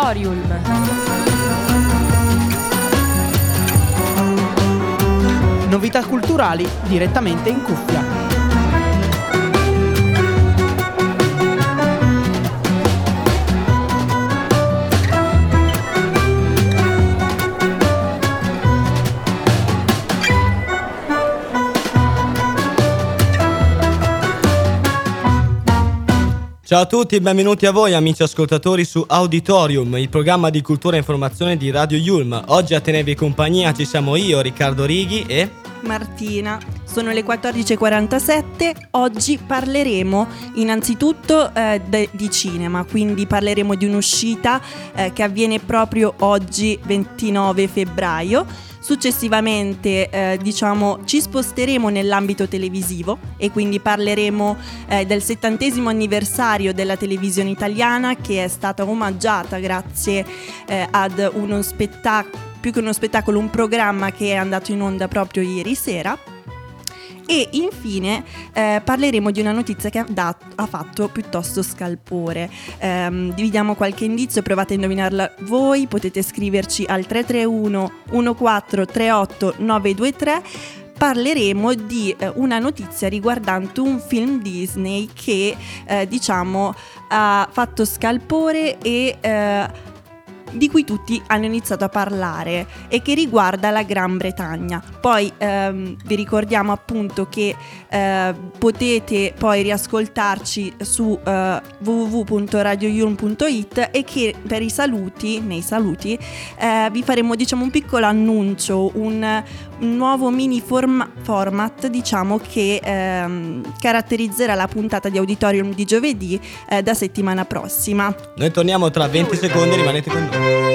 Auditorium. Novità culturali direttamente in cuffia. Ciao a tutti e benvenuti a voi amici ascoltatori su Auditorium, il programma di cultura e informazione di Radio Yulm. Oggi a tenervi compagnia ci siamo io, Riccardo Righi e Martina. Sono le 14:47, oggi parleremo innanzitutto di cinema, quindi parleremo di un'uscita che avviene proprio oggi 29 febbraio. Successivamente ci sposteremo nell'ambito televisivo e quindi parleremo del 70° anniversario della televisione italiana, che è stata omaggiata grazie ad uno spettacolo, più che uno spettacolo, un programma che è andato in onda proprio ieri sera. E infine parleremo di una notizia che ha fatto piuttosto scalpore. Vi diamo qualche indizio, provate a indovinarla voi, potete scriverci al 331 1438 923. Parleremo di una notizia riguardante un film Disney che ha fatto scalpore e di cui tutti hanno iniziato a parlare e che riguarda la Gran Bretagna. Poi vi ricordiamo appunto che potete poi riascoltarci su www.radioyulm.it e che per nei saluti vi faremo un piccolo annuncio, un nuovo mini format che caratterizzerà la puntata di Auditorium di giovedì da settimana prossima. Noi torniamo tra 20 secondi, rimanete con noi.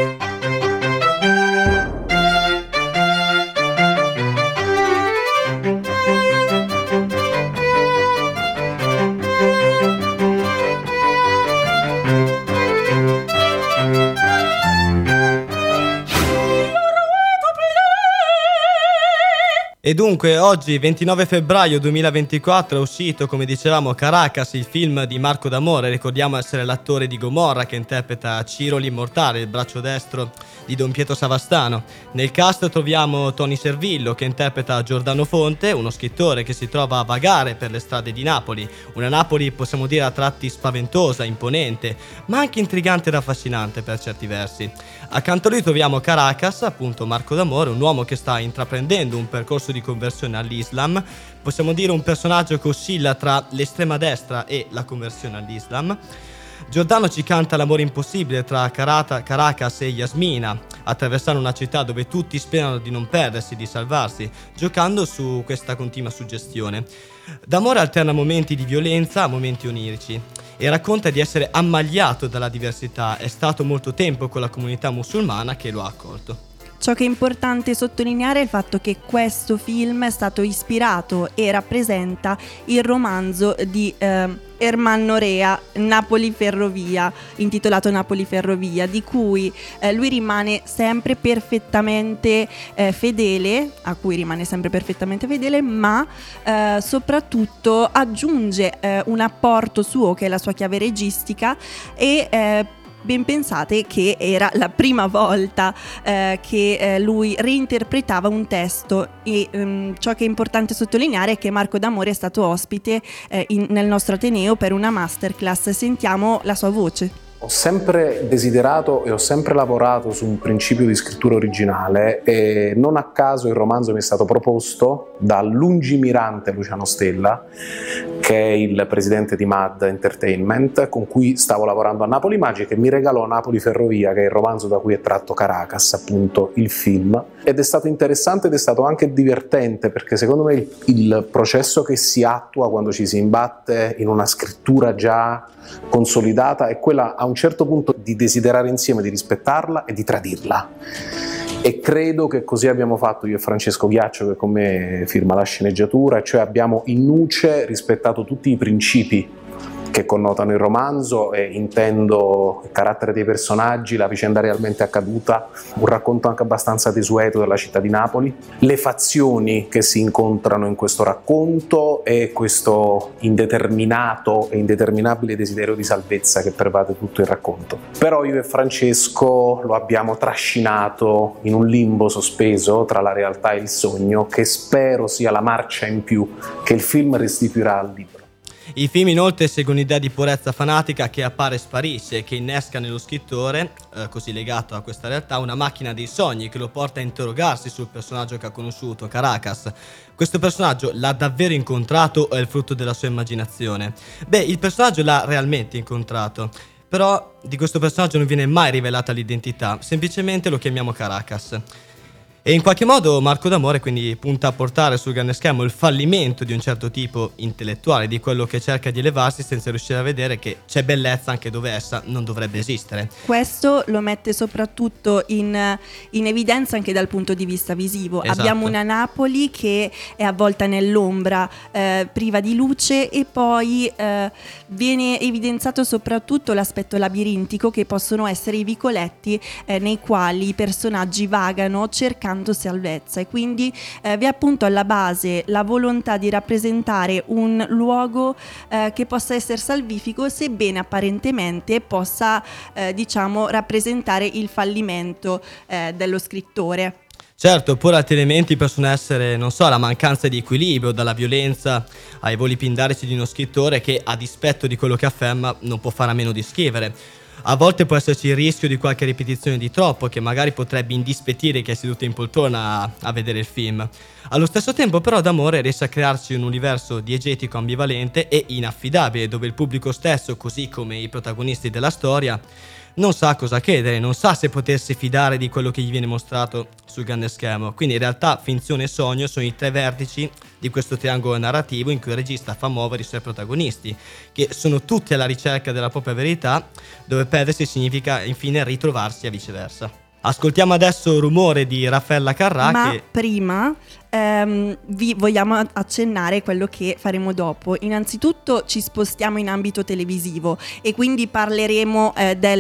E dunque oggi 29 febbraio 2024 è uscito, come dicevamo, Caracas, il film di Marco D'Amore. Ricordiamo essere l'attore di Gomorra che interpreta Ciro l'Immortale, il braccio destro di Don Pietro Savastano. Nel cast troviamo Tony Servillo che interpreta Giordano Fonte, uno scrittore che si trova a vagare per le strade di Napoli. Una Napoli, possiamo dire, a tratti spaventosa, imponente, ma anche intrigante ed affascinante per certi versi. Accanto a lui troviamo Caracas, appunto Marco D'Amore, un uomo che sta intraprendendo un percorso di conversione all'Islam, possiamo dire un personaggio che oscilla tra l'estrema destra e la conversione all'Islam. Giordano ci canta l'amore impossibile tra Caracas e Yasmina, attraversando una città dove tutti sperano di non perdersi, di salvarsi, giocando su questa continua suggestione. D'Amore alterna momenti di violenza a momenti onirici e racconta di essere ammagliato dalla diversità. È stato molto tempo con la comunità musulmana che lo ha accolto. Ciò che è importante sottolineare è il fatto che questo film è stato ispirato e rappresenta il romanzo di Ermanno Rea, Napoli Ferrovia, intitolato Napoli Ferrovia, di cui lui rimane sempre perfettamente fedele, ma soprattutto aggiunge un apporto suo che è la sua chiave registica e ben pensate che era la prima volta che lui reinterpretava un testo e ciò che è importante sottolineare è che Marco D'Amore è stato ospite nel nostro Ateneo per una masterclass. Sentiamo la sua voce. Ho sempre desiderato e ho sempre lavorato su un principio di scrittura originale e non a caso il romanzo mi è stato proposto dal lungimirante Luciano Stella, che è il presidente di MAD Entertainment, con cui stavo lavorando a Napoli Magic, e mi regalò Napoli Ferrovia, che è il romanzo da cui è tratto Caracas, appunto il film. Ed è stato interessante ed è stato anche divertente, perché secondo me il processo che si attua quando ci si imbatte in una scrittura già consolidata è quella a un certo punto di desiderare insieme di rispettarla e di tradirla, e credo che così abbiamo fatto io e Francesco Ghiaccio, che con me firma la sceneggiatura, cioè abbiamo in nuce rispettato tutti i principi che connotano il romanzo, e intendo il carattere dei personaggi, la vicenda realmente accaduta, un racconto anche abbastanza desueto della città di Napoli, le fazioni che si incontrano in questo racconto e questo indeterminato e indeterminabile desiderio di salvezza che pervade tutto il racconto. Però io e Francesco lo abbiamo trascinato in un limbo sospeso tra la realtà e il sogno, che spero sia la marcia in più che il film restituirà al libro. Il film inoltre segue un'idea di purezza fanatica che appare e sparisce e che innesca nello scrittore, così legato a questa realtà, una macchina dei sogni che lo porta a interrogarsi sul personaggio che ha conosciuto, Caracas. Questo personaggio l'ha davvero incontrato o è il frutto della sua immaginazione? Beh, il personaggio l'ha realmente incontrato, però di questo personaggio non viene mai rivelata l'identità, semplicemente lo chiamiamo Caracas. E in qualche modo Marco d'Amore quindi punta a portare sul grande schermo il fallimento di un certo tipo intellettuale, di quello che cerca di elevarsi senza riuscire a vedere che c'è bellezza anche dove essa non dovrebbe esistere. Questo lo mette soprattutto in evidenza anche dal punto di vista visivo. Esatto. Abbiamo una Napoli che è avvolta nell'ombra, priva di luce, e poi viene evidenziato soprattutto l'aspetto labirintico, che possono essere i vicoletti nei quali i personaggi vagano cercando salvezza, e quindi vi è appunto alla base la volontà di rappresentare un luogo che possa essere salvifico, sebbene apparentemente possa rappresentare il fallimento dello scrittore. Certo, oppure altri elementi possono essere, non so, la mancanza di equilibrio, dalla violenza ai voli pindarici di uno scrittore che, a dispetto di quello che afferma, non può fare a meno di scrivere. A volte può esserci il rischio di qualche ripetizione di troppo, che magari potrebbe indispettire chi è seduto in poltrona a vedere il film. Allo stesso tempo però D'Amore riesce a crearci un universo diegetico ambivalente e inaffidabile, dove il pubblico stesso, così come i protagonisti della storia, non sa cosa credere, non sa se potersi fidare di quello che gli viene mostrato sul grande schermo. Quindi in realtà finzione e sogno sono i tre vertici di questo triangolo narrativo in cui il regista fa muovere i suoi protagonisti, che sono tutti alla ricerca della propria verità, dove perdersi significa infine ritrovarsi e viceversa. Ascoltiamo adesso Rumore di Raffaella Carrà. Ma prima vi vogliamo accennare quello che faremo dopo. Innanzitutto ci spostiamo in ambito televisivo e quindi parleremo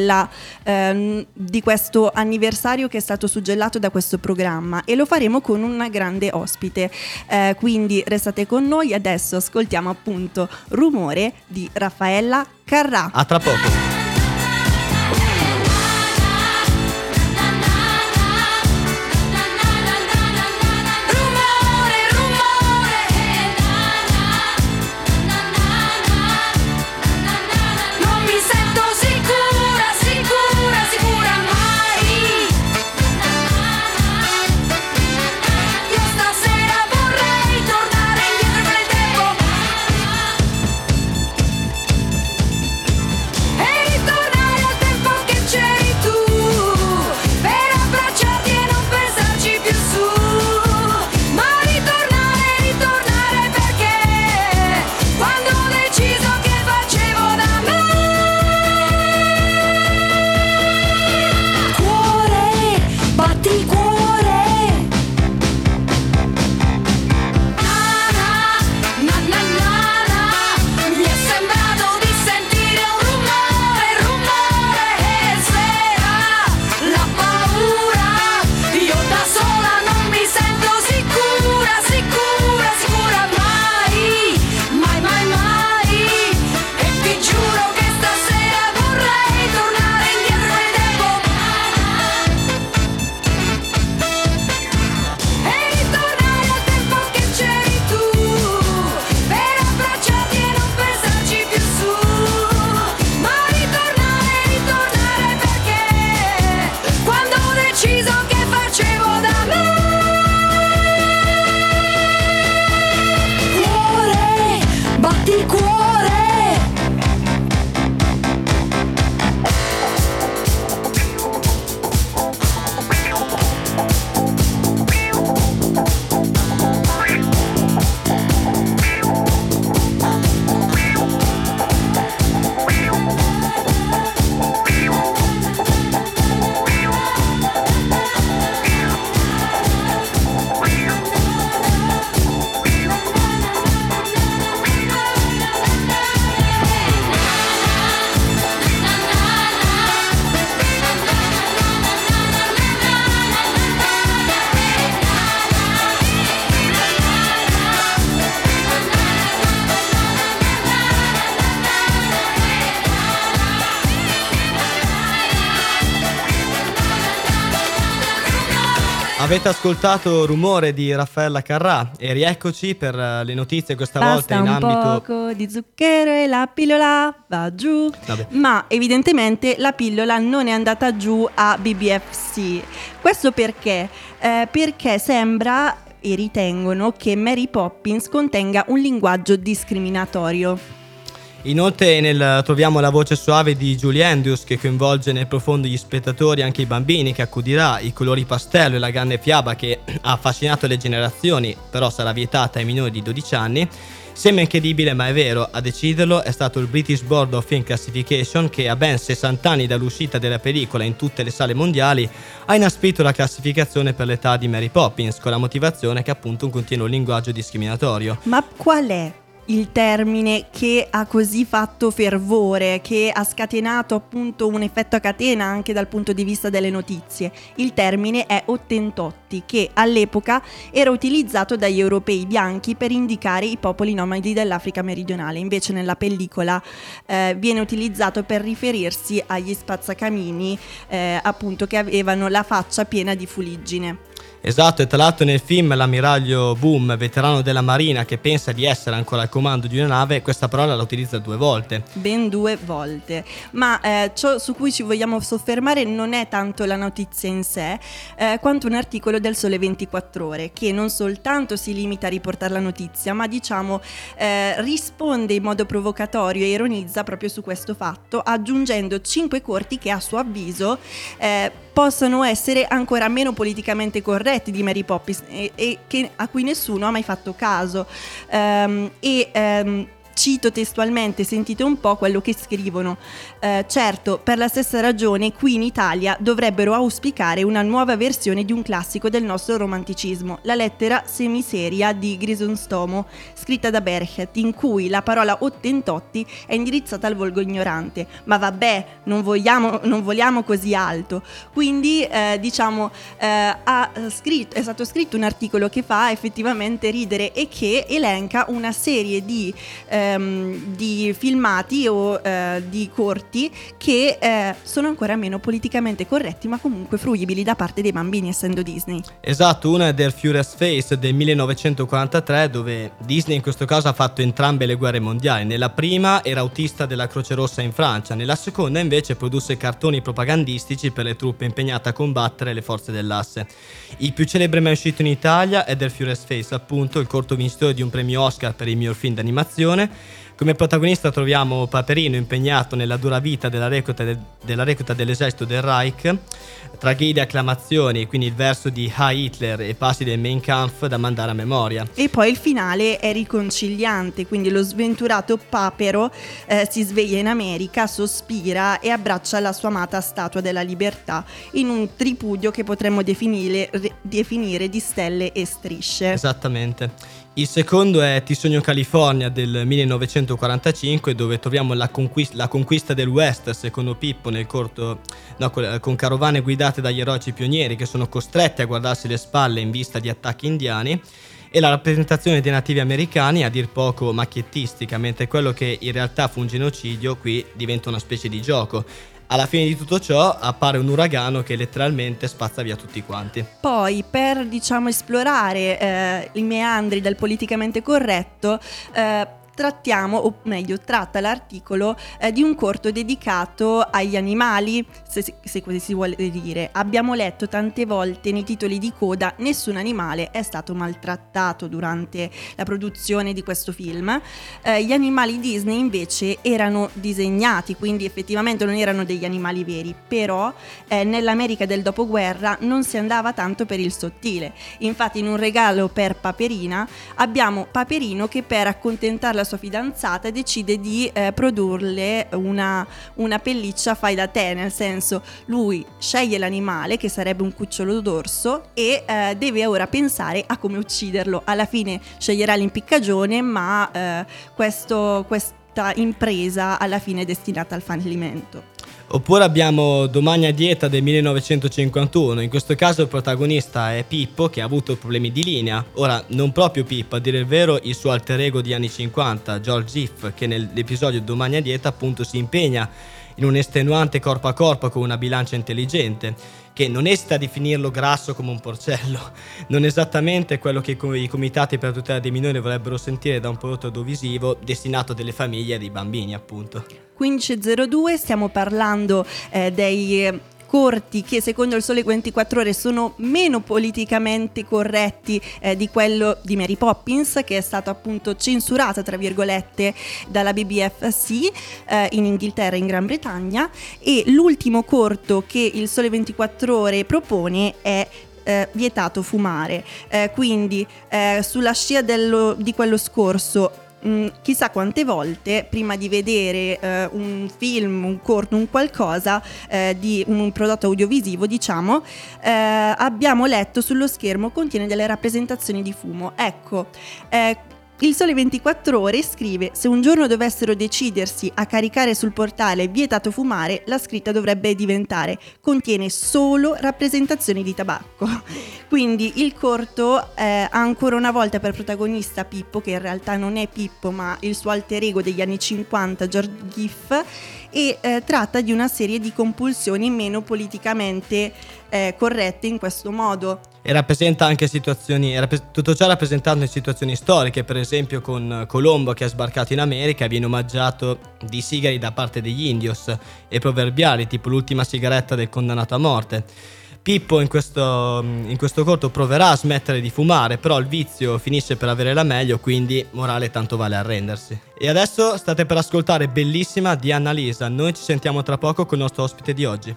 di questo anniversario che è stato suggellato da questo programma, e lo faremo con una grande ospite. Quindi restate con noi, adesso ascoltiamo appunto Rumore di Raffaella Carrà. A tra poco. Hey! Avete ascoltato Rumore di Raffaella Carrà e rieccoci per le notizie questa volta in ambito... Basta un poco di zucchero e la pillola va giù. Vabbè. Ma evidentemente la pillola non è andata giù a BBFC. Questo perché? Perché sembra e ritengono che Mary Poppins contenga un linguaggio discriminatorio. Inoltre troviamo la voce suave di Julie Andrews che coinvolge nel profondo gli spettatori, anche i bambini, che accudirà i colori pastello e la grande fiaba che ha affascinato le generazioni, però sarà vietata ai minori di 12 anni. Sembra incredibile ma è vero, a deciderlo è stato il British Board of Film Classification che a ben 60 anni dall'uscita della pellicola in tutte le sale mondiali ha inasprito la classificazione per l'età di Mary Poppins con la motivazione che appunto un continuo linguaggio discriminatorio. Ma qual è il termine che ha così fatto fervore, che ha scatenato appunto un effetto a catena anche dal punto di vista delle notizie? Il termine è Ottentotti, che all'epoca era utilizzato dagli europei bianchi per indicare i popoli nomadi dell'Africa meridionale. Invece nella pellicola viene utilizzato per riferirsi agli spazzacamini appunto che avevano la faccia piena di fuliggine. Esatto, e tra l'altro nel film l'ammiraglio Boom, veterano della marina che pensa di essere ancora al comando di una nave, questa parola la utilizza 2 volte. Ben 2 volte. Ma ciò su cui ci vogliamo soffermare non è tanto la notizia in sé, quanto un articolo del Sole 24 Ore che non soltanto si limita a riportare la notizia, ma diciamo risponde in modo provocatorio e ironizza proprio su questo fatto, aggiungendo 5 corti che a suo avviso possono essere ancora meno politicamente corretti di Mary Poppins e a cui nessuno ha mai fatto caso. Cito testualmente, sentite un po' quello che scrivono. Certo, per la stessa ragione qui in Italia dovrebbero auspicare una nuova versione di un classico del nostro romanticismo, la lettera semiseria di Grisostomo, scritta da Berchet, in cui la parola Ottentotti è indirizzata al volgo ignorante. Ma vabbè, non vogliamo così alto. Quindi è stato scritto un articolo che fa effettivamente ridere e che elenca una serie di filmati o di corti che sono ancora meno politicamente corretti ma comunque fruibili da parte dei bambini, essendo Disney. Esatto, una è del Furious Face del 1943, dove Disney in questo caso ha fatto entrambe le guerre mondiali. Nella prima era autista della Croce Rossa in Francia, nella seconda invece produsse cartoni propagandistici per le truppe impegnate a combattere le forze dell'asse. Il più celebre mai uscito in Italia è del Furious Face, appunto, il corto vincitore di un premio Oscar per il miglior film d'animazione. Come protagonista troviamo Paperino impegnato nella dura vita della recluta dell'esercito del Reich, tragedie e acclamazioni, quindi il verso di Heil Hitler e passi del Mein Kampf da mandare a memoria. E poi il finale è riconciliante, quindi lo sventurato Papero si sveglia in America, sospira e abbraccia la sua amata Statua della Libertà in un tripudio che potremmo definire di stelle e strisce. Esattamente. Il secondo è Ti sogno California del 1945, dove troviamo la conquista del West, secondo Pippo, nel corto, con carovane guidate dagli eroici pionieri che sono costretti a guardarsi le spalle in vista di attacchi indiani, e la rappresentazione dei nativi americani a dir poco macchiettistica, mentre quello che in realtà fu un genocidio qui diventa una specie di gioco. Alla fine di tutto ciò appare un uragano che letteralmente spazza via tutti quanti. Poi, per esplorare i meandri del politicamente corretto, tratta l'articolo di un corto dedicato agli animali, se così si vuole dire. Abbiamo letto tante volte nei titoli di coda: nessun animale è stato maltrattato durante la produzione di questo film. Gli animali Disney invece erano disegnati, quindi effettivamente non erano degli animali veri, però nell'America del dopoguerra non si andava tanto per il sottile. Infatti in un regalo per Paperina abbiamo Paperino che, per accontentare la sua fidanzata, decide di produrle una pelliccia fai da te, nel senso, lui sceglie l'animale che sarebbe un cucciolo d'orso e deve ora pensare a come ucciderlo. Alla fine sceglierà l'impiccagione, ma questa impresa alla fine è destinata al fallimento. Oppure abbiamo Domani a dieta del 1951, in questo caso il protagonista è Pippo, che ha avuto problemi di linea. Ora, non proprio Pippo, a dire il vero il suo alter ego di anni 50, George Ziff, che nell'episodio Domani a dieta appunto si impegna in un estenuante corpo a corpo con una bilancia intelligente, che non esita a definirlo grasso come un porcello, non esattamente quello che i comitati per la tutela dei minori vorrebbero sentire da un prodotto audiovisivo destinato a delle famiglie e dei bambini, appunto. 15:02, stiamo parlando dei corti che secondo il Sole 24 Ore sono meno politicamente corretti di quello di Mary Poppins, che è stato appunto censurata tra virgolette dalla BBFC in Inghilterra e in Gran Bretagna, e l'ultimo corto che il Sole 24 Ore propone è vietato fumare, quindi sulla scia di quello scorso, chissà quante volte prima di vedere un film, un corto, un qualcosa di un prodotto audiovisivo, diciamo, abbiamo letto sullo schermo contiene delle rappresentazioni di fumo. Ecco, il Sole 24 Ore scrive: se un giorno dovessero decidersi a caricare sul portale vietato fumare, la scritta dovrebbe diventare contiene solo rappresentazioni di tabacco. Quindi il corto ha ancora una volta per protagonista Pippo, che in realtà non è Pippo ma il suo alter ego degli anni 50, George Giff, e tratta di una serie di compulsioni meno politicamente corrette in questo modo. E rappresenta anche situazioni, tutto ciò rappresentando situazioni storiche, per esempio con Colombo che è sbarcato in America e viene omaggiato di sigari da parte degli indios e proverbiali, tipo l'ultima sigaretta del condannato a morte. Pippo in questo corto proverà a smettere di fumare, però il vizio finisce per avere la meglio, quindi morale tanto vale arrendersi. E adesso state per ascoltare Bellissima di Annalisa. Noi ci sentiamo tra poco con il nostro ospite di oggi.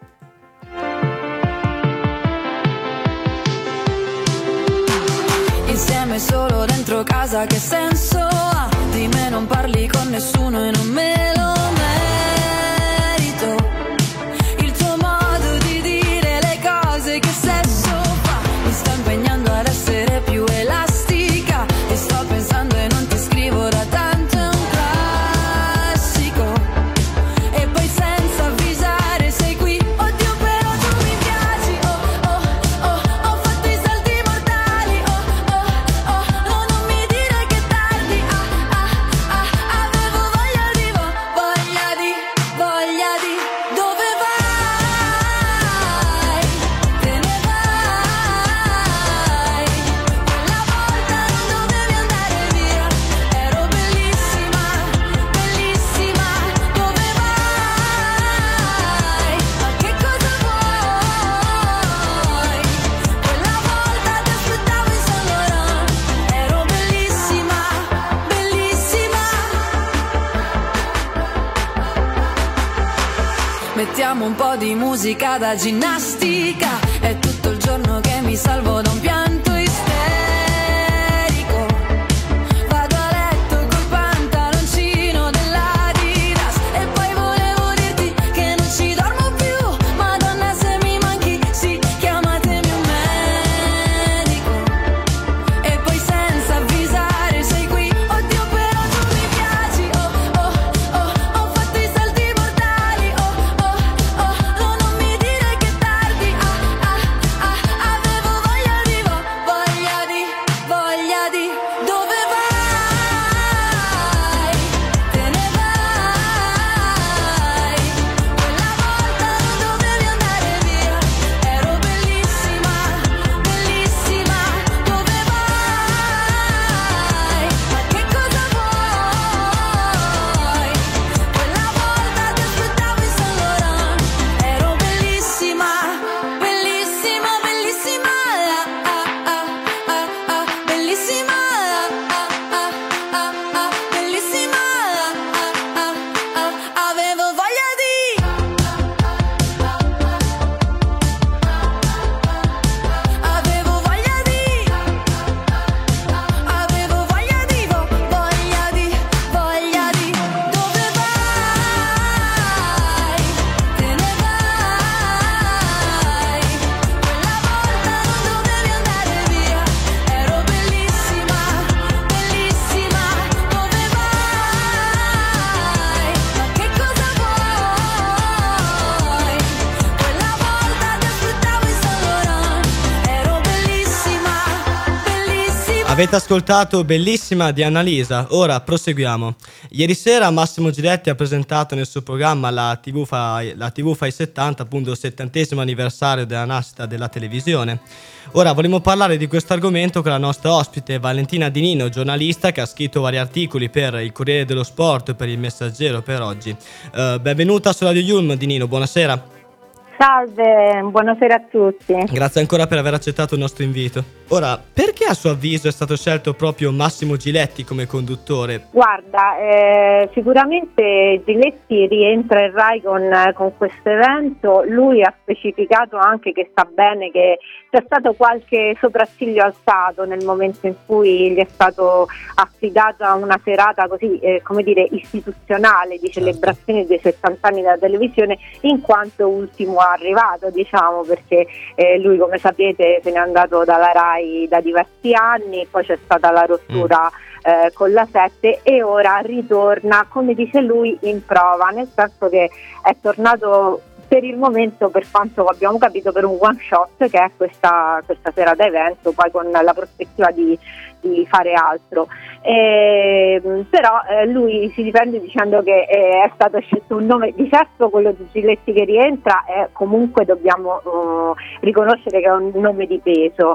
Insieme solo dentro casa, che senso ha? Di me non parli con nessuno e non me lo merito. Il tuo modo di dire le cose, che sesso fa? Mi sto impegnando ad essere più elastica e sto pensando e non ti scrivo da tanto, è un classico. E poi senza avvisare sei qui, oddio però tu mi piaci, oh oh oh, ho fatto i salti mortali, oh oh oh, no non mi dire che tardi, avevo voglia di dove vai, te ne vai, quella volta non dovevi andare via, ero bellissima, bellissima, dove vai, ma che cosa vuoi, quella volta ti aspettavo in Saint Laurent, ero bellissima, bellissima. Mettiamo un po' di musica da ginnastica, è tutto il giorno che mi salvo da un pianto isterico. Vado a letto col pantaloncino dell'Adidas e poi volevo dirti che non ci dormo più. Madonna se mi manchi, sì, chiamatemi un medico. E poi senza avvisare sei qui, oddio però tu mi piaci, oh oh oh, ho fatto i salti mortali, oh oh oh, no non mi dire che tardi, avevo voglia di Avete ascoltato Bellissima di Annalisa, ora proseguiamo. Ieri sera Massimo Giletti ha presentato nel suo programma la TV Fai 70, appunto il 70° anniversario della nascita della televisione. Ora vogliamo parlare di questo argomento con la nostra ospite Valentina Di Nino, giornalista che ha scritto vari articoli per il Corriere dello Sport, per il Messaggero, per oggi. Benvenuta su Radio Yulm, Di Nino, buonasera. Salve, buonasera a tutti. Grazie ancora per aver accettato il nostro invito. Ora, perché a suo avviso è stato scelto proprio Massimo Giletti come conduttore? Guarda, sicuramente Giletti rientra in Rai con questo evento. Lui ha specificato anche che sta bene che c'è stato qualche sopracciglio alzato nel momento in cui gli è stato affidata una serata così, come dire, istituzionale di celebrazione dei 70 anni della televisione, in quanto ultimo arrivato, diciamo, perché lui, come sapete, se n'è andato dalla Rai da diversi anni, poi c'è stata la rottura con la 7 e ora ritorna, come dice lui, in prova, nel senso che è tornato per il momento, per quanto abbiamo capito, per un one shot che è questa serata evento, poi con la prospettiva di fare altro. Però lui si difende dicendo che è stato scelto un nome, di certo quello di Giletti che rientra, e comunque dobbiamo riconoscere che è un nome di peso,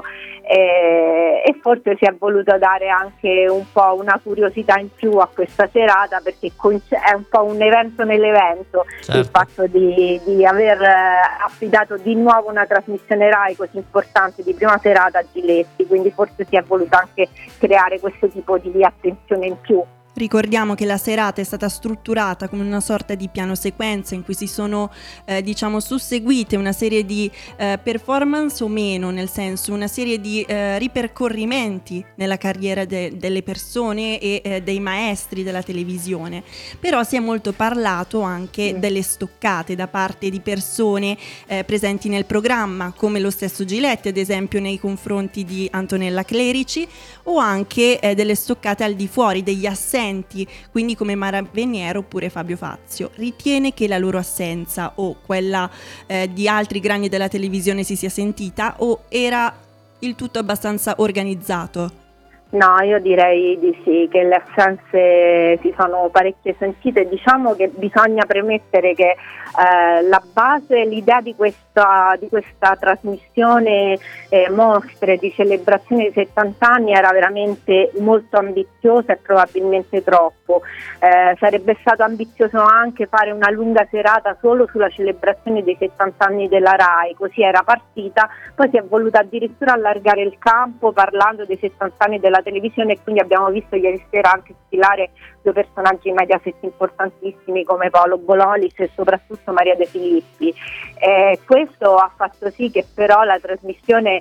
e forse si è voluto dare anche un po' una curiosità in più a questa serata, perché è un po' un evento nell'evento. Certo. Il fatto di aver affidato di nuovo una trasmissione Rai così importante di prima serata a Giletti, quindi forse si è voluto anche creare questo tipo di attenzione in più. Ricordiamo che la serata è stata strutturata come una sorta di piano sequenza in cui si sono susseguite una serie di performance o meno, nel senso una serie di ripercorrimenti nella carriera delle persone e dei maestri della televisione. Però si è molto parlato anche delle stoccate da parte di persone presenti nel programma, come lo stesso Giletti, ad esempio nei confronti di Antonella Clerici, o anche delle stoccate al di fuori, degli assenti, quindi come Mara Venier oppure Fabio Fazio. Ritiene che la loro assenza o quella di altri grandi della televisione si sia sentita, o era il tutto abbastanza organizzato? No, io direi di sì, che le assenze si sono parecchie sentite. Diciamo che bisogna premettere che la base, l'idea di questa trasmissione mostre di celebrazione dei 70 anni era veramente molto ambiziosa e probabilmente troppo. Sarebbe stato ambizioso anche fare una lunga serata solo sulla celebrazione dei 70 anni della Rai, così era partita, poi si è voluta addirittura allargare il campo parlando dei 70 anni della televisione, e quindi abbiamo visto ieri sera anche sfilare due personaggi Mediaset importantissimi come Paolo Bonolis e soprattutto Maria De Filippi. Questo ha fatto sì che però la trasmissione,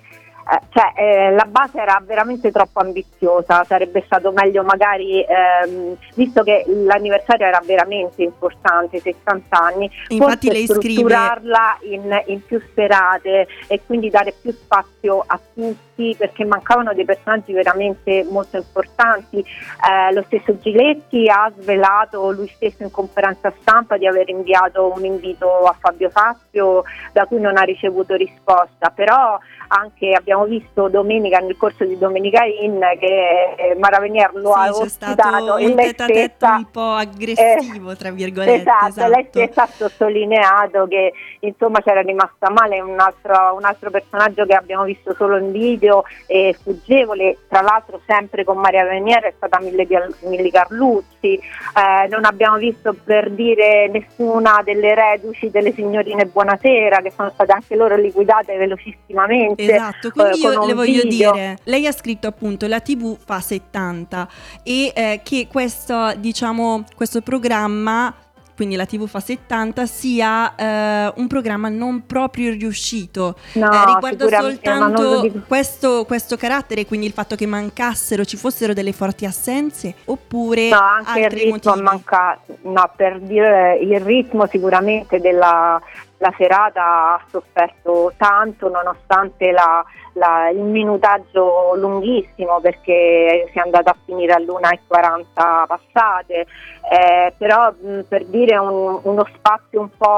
la base era veramente troppo ambiziosa. Sarebbe stato meglio magari, visto che l'anniversario era veramente importante, 70 anni, infatti forse lei strutturarla in più serate e quindi dare più spazio a tutti, perché mancavano dei personaggi veramente molto importanti. Lo stesso Giletti ha svelato lui stesso in conferenza stampa di aver inviato un invito a Fabio Fazio da cui non ha ricevuto risposta, però anche abbiamo visto domenica, nel corso di Domenica In, che Mara Venier lo ha ospitato, c'è stato un tête-à-tête un po' aggressivo, tra virgolette. Esatto. Lei stessa ha sottolineato che insomma c'era rimasta male un altro personaggio che abbiamo visto solo in video, fuggevole, tra l'altro sempre con Maria Venier, è stata Milly Carlucci. Non abbiamo visto, per dire, nessuna delle reduci delle signorine Buonasera, che sono state anche loro liquidate velocissimamente. Esatto, quindi io le voglio dire, lei ha scritto appunto la TV fa 70 e che questo programma, quindi la TV fa 70, sia un programma non proprio riuscito. Riguarda soltanto questo carattere, quindi il fatto che ci fossero delle forti assenze, oppure anche altri il ritmo motivi? Per dire, il ritmo sicuramente la serata ha sofferto tanto, nonostante il minutaggio lunghissimo, perché si è andata a finire all'1:40 passate, però per dire uno spazio un po'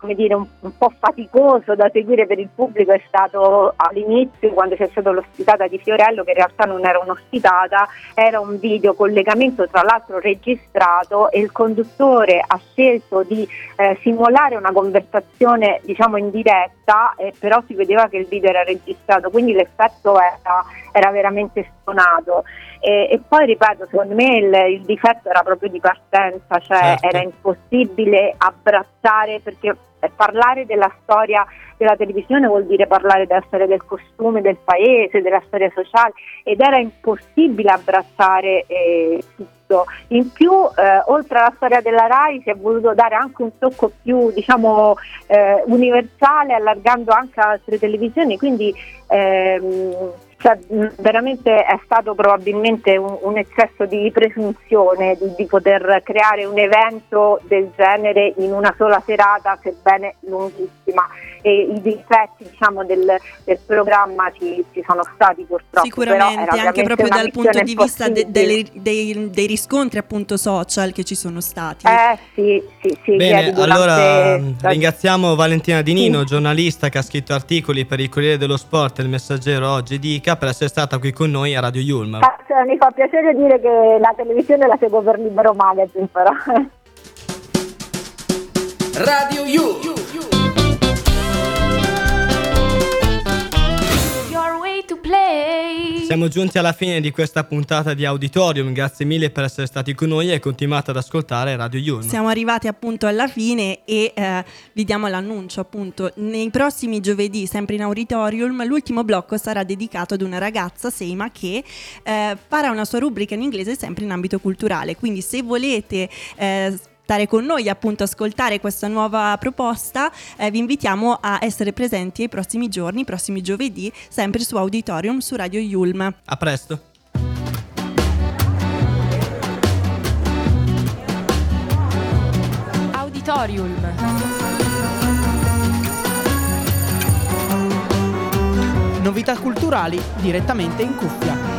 come dire, un po' faticoso da seguire per il pubblico è stato all'inizio, quando c'è stata l'ospitata di Fiorello, che in realtà non era un'ospitata, era un videocollegamento tra l'altro registrato, e il conduttore ha scelto di simulare una conversazione diciamo in diretta, però si vedeva che il video era registrato, quindi l'effetto era veramente stonato. E poi ripeto, secondo me il difetto era proprio di partenza, cioè certo. Era impossibile abbracciare, perché parlare della storia della televisione vuol dire parlare della storia del costume del paese, della storia sociale, ed era impossibile abbracciare tutto. In più, oltre alla storia della RAI, si è voluto dare anche un tocco più, diciamo, universale, allargando anche a altre televisioni, quindi veramente è stato probabilmente un eccesso di presunzione di poter creare un evento del genere in una sola serata, sebbene lunghissima, e i difetti diciamo del programma ci sono stati purtroppo. Sicuramente, anche proprio dal punto di vista dei riscontri appunto social che ci sono stati. Sì. Bene, allora ringraziamo Valentina Di Nino, giornalista che ha scritto articoli per il Corriere dello Sport, Il Messaggero, Oggi Dica, per essere stata qui con noi a Radio Yulm. Mi fa piacere dire che la televisione la seguo per Libero Magazine, però. Radio Yulm. Siamo giunti alla fine di questa puntata di Auditorium, grazie mille per essere stati con noi e continuate ad ascoltare Radio Yulm. Siamo arrivati appunto alla fine e vi diamo l'annuncio appunto. Nei prossimi giovedì, sempre in Auditorium, l'ultimo blocco sarà dedicato ad una ragazza, Seima, che farà una sua rubrica in inglese sempre in ambito culturale, quindi se volete stare con noi, appunto ascoltare questa nuova proposta, vi invitiamo a essere presenti ai prossimi giorni, prossimi giovedì, sempre su Auditorium, su Radio Yulm. A presto. Auditorium. Novità culturali direttamente in cuffia.